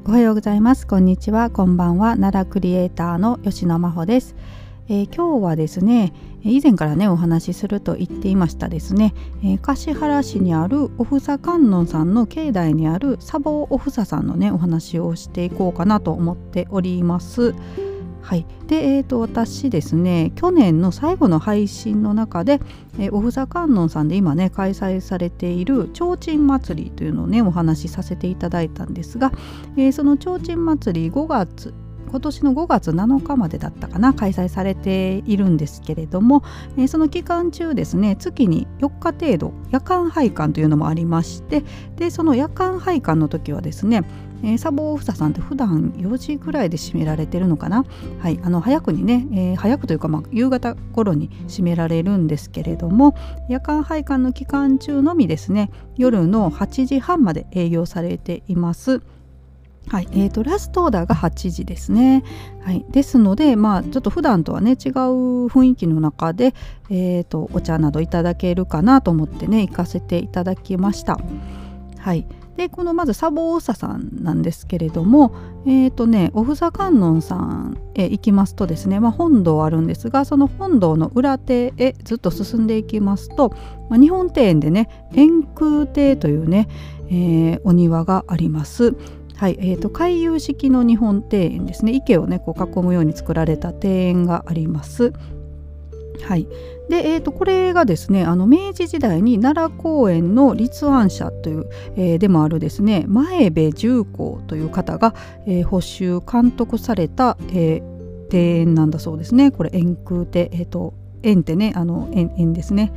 おはようございます。こんにちは、こんばんは。奈良クリエイターの吉野真帆です。今日はですね、以前からねお話しすると言っていましたですね、橿原市にあるおふさ観音さんの境内にある砂防おふささんのねお話をしていこうかなと思っております。はい、で、私ですね、去年の最後の配信の中で、おふさ観音さんで今ね開催されている提灯祭りというのをねお話しさせていただいたんですが、その提灯祭り今年の5月7日までだったかな、開催されているんですけれども、その期間中ですね、月に4日程度夜間拝観というのもありまして、でその夜間拝観の時はですね、砂防おふささんって普段4時ぐらいで閉められてるのかな、はい、早くにね、早くというか、夕方頃に閉められるんですけれども、夜間拝観の期間中のみですね、夜の8時半まで営業されています。はい、ラストオーダーが8時ですね。はい、ですので、ちょっと普段とはね違う雰囲気の中で、お茶などいただけるかなと思ってね行かせていただきました。はい、でこのまず砂防おふささんなんですけれども、おふさ観音さんへ行きますとですね、本堂あるんですが、その本堂の裏手へずっと進んでいきますと、日本庭園でね円空庭というね、お庭があります。はい、回遊式の日本庭園ですね。池をねこう囲むように作られた庭園があります。はい、で、これがですね、明治時代に奈良公園の立案者という、でもあるですね前部重光という方が、補修監督された、庭園なんだそうですね。これ円空庭、円ってね円ですね。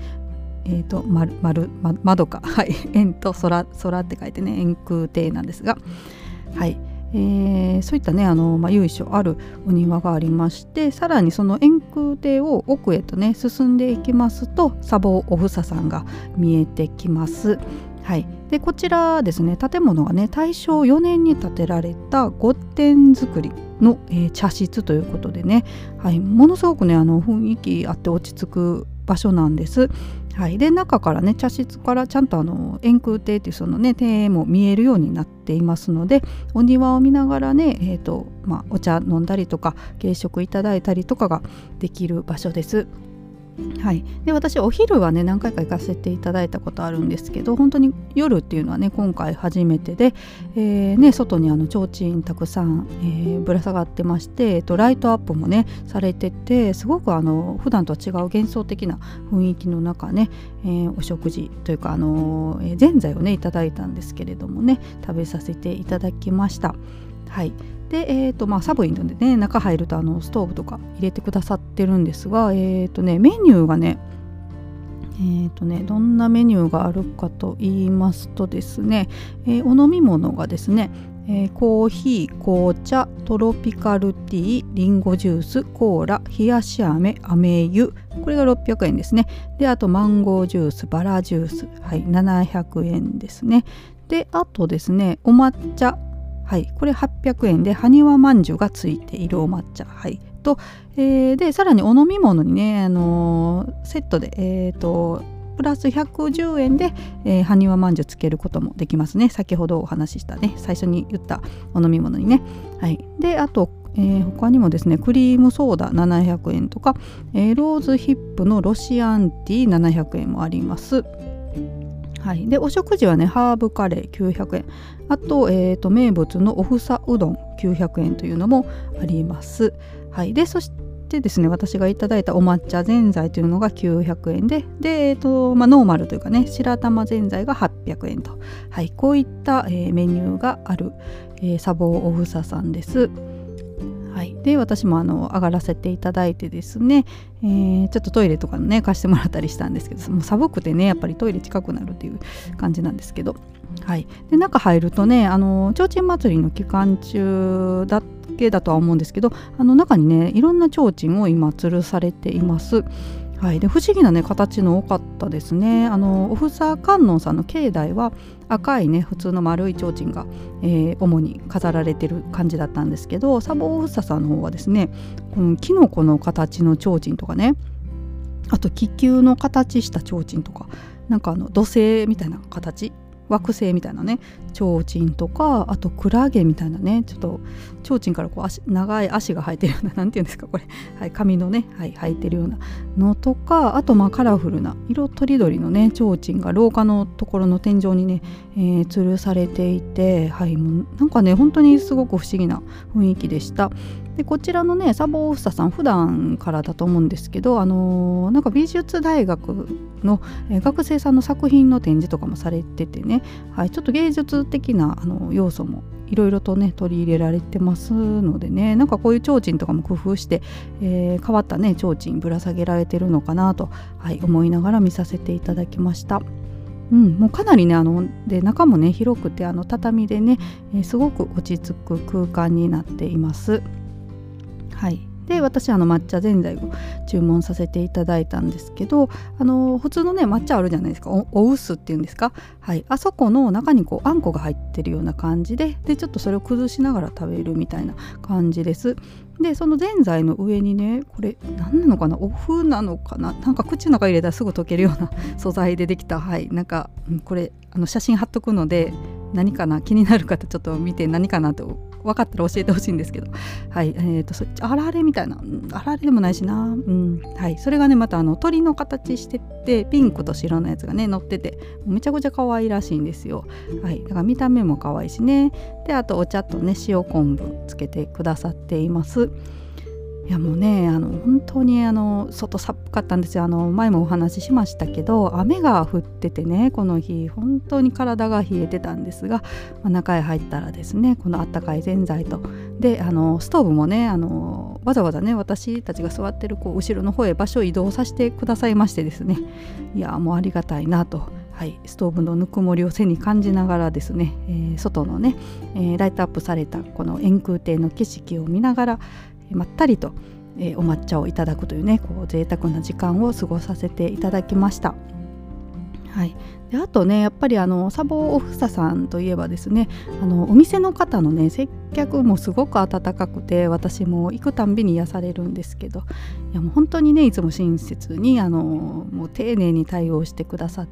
窓か、はい、円と空って書いてね円空庭なんですが、はい、そういったね由緒あるお庭がありまして、さらにその円空庭を奥へとね進んでいきますと砂防おふささんが見えてきます。はい、でこちらですね、建物がね大正4年に建てられた御殿造りの、茶室ということでね、はい、ものすごくね雰囲気あって落ち着く場所なんです。はい、で中からね茶室からちゃんと円空庭っていうそのね庭園も見えるようになっていますので、お庭を見ながらね、お茶飲んだりとか軽食いただいたりとかができる場所です。はい、で私お昼はね何回か行かせていただいたことあるんですけど、本当に夜っていうのはね今回初めてで、外に提灯たくさん、ぶら下がってまして、ライトアップもねされてて、すごく普段とは違う幻想的な雰囲気の中ね、お食事というかぜんざいをねいただいたんですけれどもね、食べさせていただきました。はい、で寒いのでね中入るとストーブとか入れてくださってるんですが、メニューがねどんなメニューがあるかと言いますとですね、お飲み物がですね、コーヒー、紅茶、トロピカルティー、リンゴジュース、コーラ、冷やし飴、飴湯、これが600円ですね。であとマンゴージュース、バラジュース、はい、700円ですね。であとですねお抹茶、はい、これ800円で埴輪まんじゅうがついているお抹茶、はい、と、でさらにお飲み物にね、セットで、プラス110円で、埴輪まんじゅうつけることもできますね。先ほどお話ししたね最初に言ったお飲み物にね、はい、であと、他にもですねクリームソーダ700円とか、ローズヒップのロシアンティー700円もあります。はい、でお食事はねハーブカレー900円、あと、名物のおふさうどん900円というのもあります。はい、でそしてですね私がいただいたお抹茶ぜんざいというのが900円で、ノーマルというかね白玉ぜんざいが800円と、はい、こういった、メニューがある、砂防おふささんです。はい、で私も上がらせていただいてですね、ちょっとトイレとかね貸してもらったりしたんですけど、もう寒くてねやっぱりトイレ近くなるっていう感じなんですけど、はい、で中入るとね提灯祭りの期間中だけだとは思うんですけど、中にねいろんな提灯を今吊るされています。はい、で不思議なね形の多かったですね。おふさ観音さんの境内は赤いね普通の丸い提灯が、主に飾られてる感じだったんですけど、砂防おふささんの方はですねこのキノコの形の提灯とかね、あと気球の形した提灯とか、なんか土星みたいな形惑星みたいなね提灯とか、あとクラゲみたいなね、ちょっと提灯からこう長い足が生えてるようななんていうんですかこれ、はい、紙のね、はい、生えてるようなのとか、あとカラフルな色とりどりのね提灯が廊下のところの天井にね、吊るされていて、はい、もうなんかね本当にすごく不思議な雰囲気でした。でこちらのね砂防房さん普段からだと思うんですけど、なんか美術大学の、学生さんの作品の展示とかもされててね、はい、ちょっと芸術的な要素もいろいろとね取り入れられてますのでね、なんかこういう提灯とかも工夫して、変わったね提灯ぶら下げられてるのかなと、はい、思いながら見させていただきました。もうかなりねで中もね広くて畳でね、すごく落ち着く空間になっています。はい、で私抹茶ぜんざいを注文させていただいたんですけど、普通のね抹茶あるじゃないですか、お臼っていうんですか、はい、あそこの中にこうあんこが入ってるような感じでちょっとそれを崩しながら食べるみたいな感じです。でそのぜんざいの上にね、これ何なのかな、お麩なのかな、なんか口の中入れたらすぐ溶けるような素材でできた、はい、なんかこれ写真貼っとくので何かな気になる方ちょっと見て何かなと分かったら教えてほしいんですけど、はい、あられみたいな、あられでもないしな、はい、それがねまた鳥の形しててピンクと白のやつがね乗っててめちゃくちゃ可愛らしいんですよ。はい、だから見た目も可愛いしね。であとお茶とね塩昆布つけてくださっています。いやもうね本当に外寒かったんですよ。前もお話ししましたけど雨が降っててね、この日本当に体が冷えてたんですが、中へ入ったらですねこのあったかいぜんざいとでストーブもねわざわざね私たちが座ってるこう後ろの方へ場所を移動させてくださいましてですね、いやもうありがたいなと、はい、ストーブのぬくもりを背に感じながらですね、外のね、ライトアップされたこの円空亭の景色を見ながらまったりと、お抹茶をいただくというねこう贅沢な時間を過ごさせていただきました。はい、であとねやっぱり砂防おふささんといえばですねお店の方のね接客もすごく温かくて私も行くたんびに癒されるんですけど、いやもう本当にねいつも親切にもう丁寧に対応してくださって、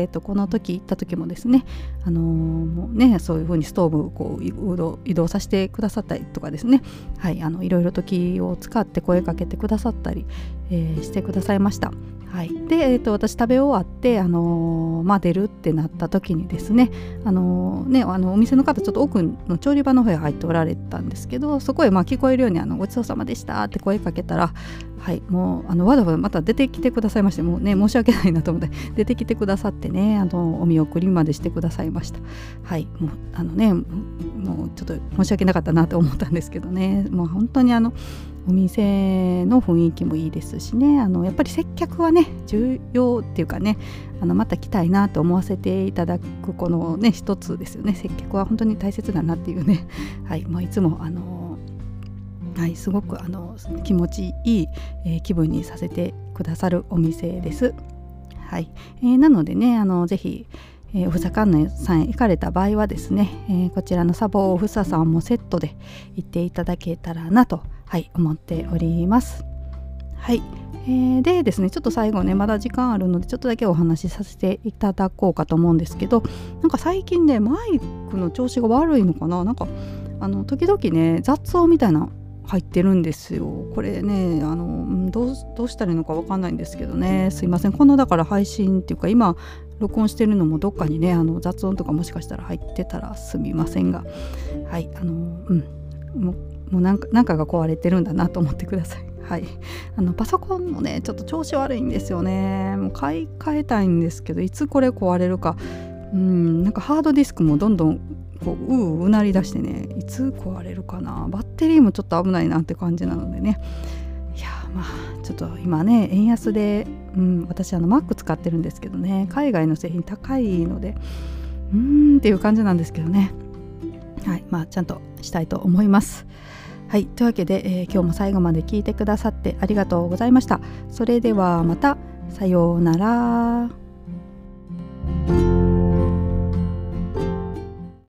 この時行った時もですねもうねそういう風にストーブをこう移動させてくださったりとかですね、はい、いろいろと気を使って声かけてくださったり、してくださいました。はい、で、私食べ終わって出るってなった時にですねお店の方ちょっと奥の調理場の方へ入っておられたんですけど、そこへ聞こえるようにごちそうさまでしたって声かけたら、はい、もうわざわざまた出てきてくださいまして、もうね申し訳ないなと思って出てきてくださってねお見送りまでしてくださいました。はい、もうもうちょっと申し訳なかったなと思ったんですけどね、もう本当にお店の雰囲気もいいですしね、やっぱり接客はね重要っていうかねまた来たいなと思わせていただくこのね一つですよね。接客は本当に大切だなっていうね、はい、いつもはい、すごく気持ちいい、気分にさせてくださるお店です。はい、なのでねぜひおふさ観音さんへ行かれた場合はですね、こちらの砂防おふささんもセットで行っていただけたらなと、はい、思っております。はい、でですねちょっと最後ねまだ時間あるのでちょっとだけお話しさせていただこうかと思うんですけど、なんか最近ねマイクの調子が悪いのかな、なんか時々ね雑音みたいな入ってるんですよ。これねどうしたらいいのか分かんないんですけどね、すいません。このだから配信っていうか今録音してるのもどっかにね雑音とかもしかしたら入ってたらすみませんが、はいもうなんかが壊れてるんだなと思ってください。はい、パソコンのねちょっと調子悪いんですよね。もう買い替えたいんですけどいつこれ壊れるか、なんかハードディスクもどんどんこうなりだしてね、いつ壊れるかな、バッテリーもちょっと危ないなって感じなのでね、いやちょっと今ね円安で、私Mac 使ってるんですけどね、海外の製品高いのでっていう感じなんですけどね、はい、ちゃんとしたいと思います。はい、というわけで、今日も最後まで聞いてくださってありがとうございました。それではまた、さようなら。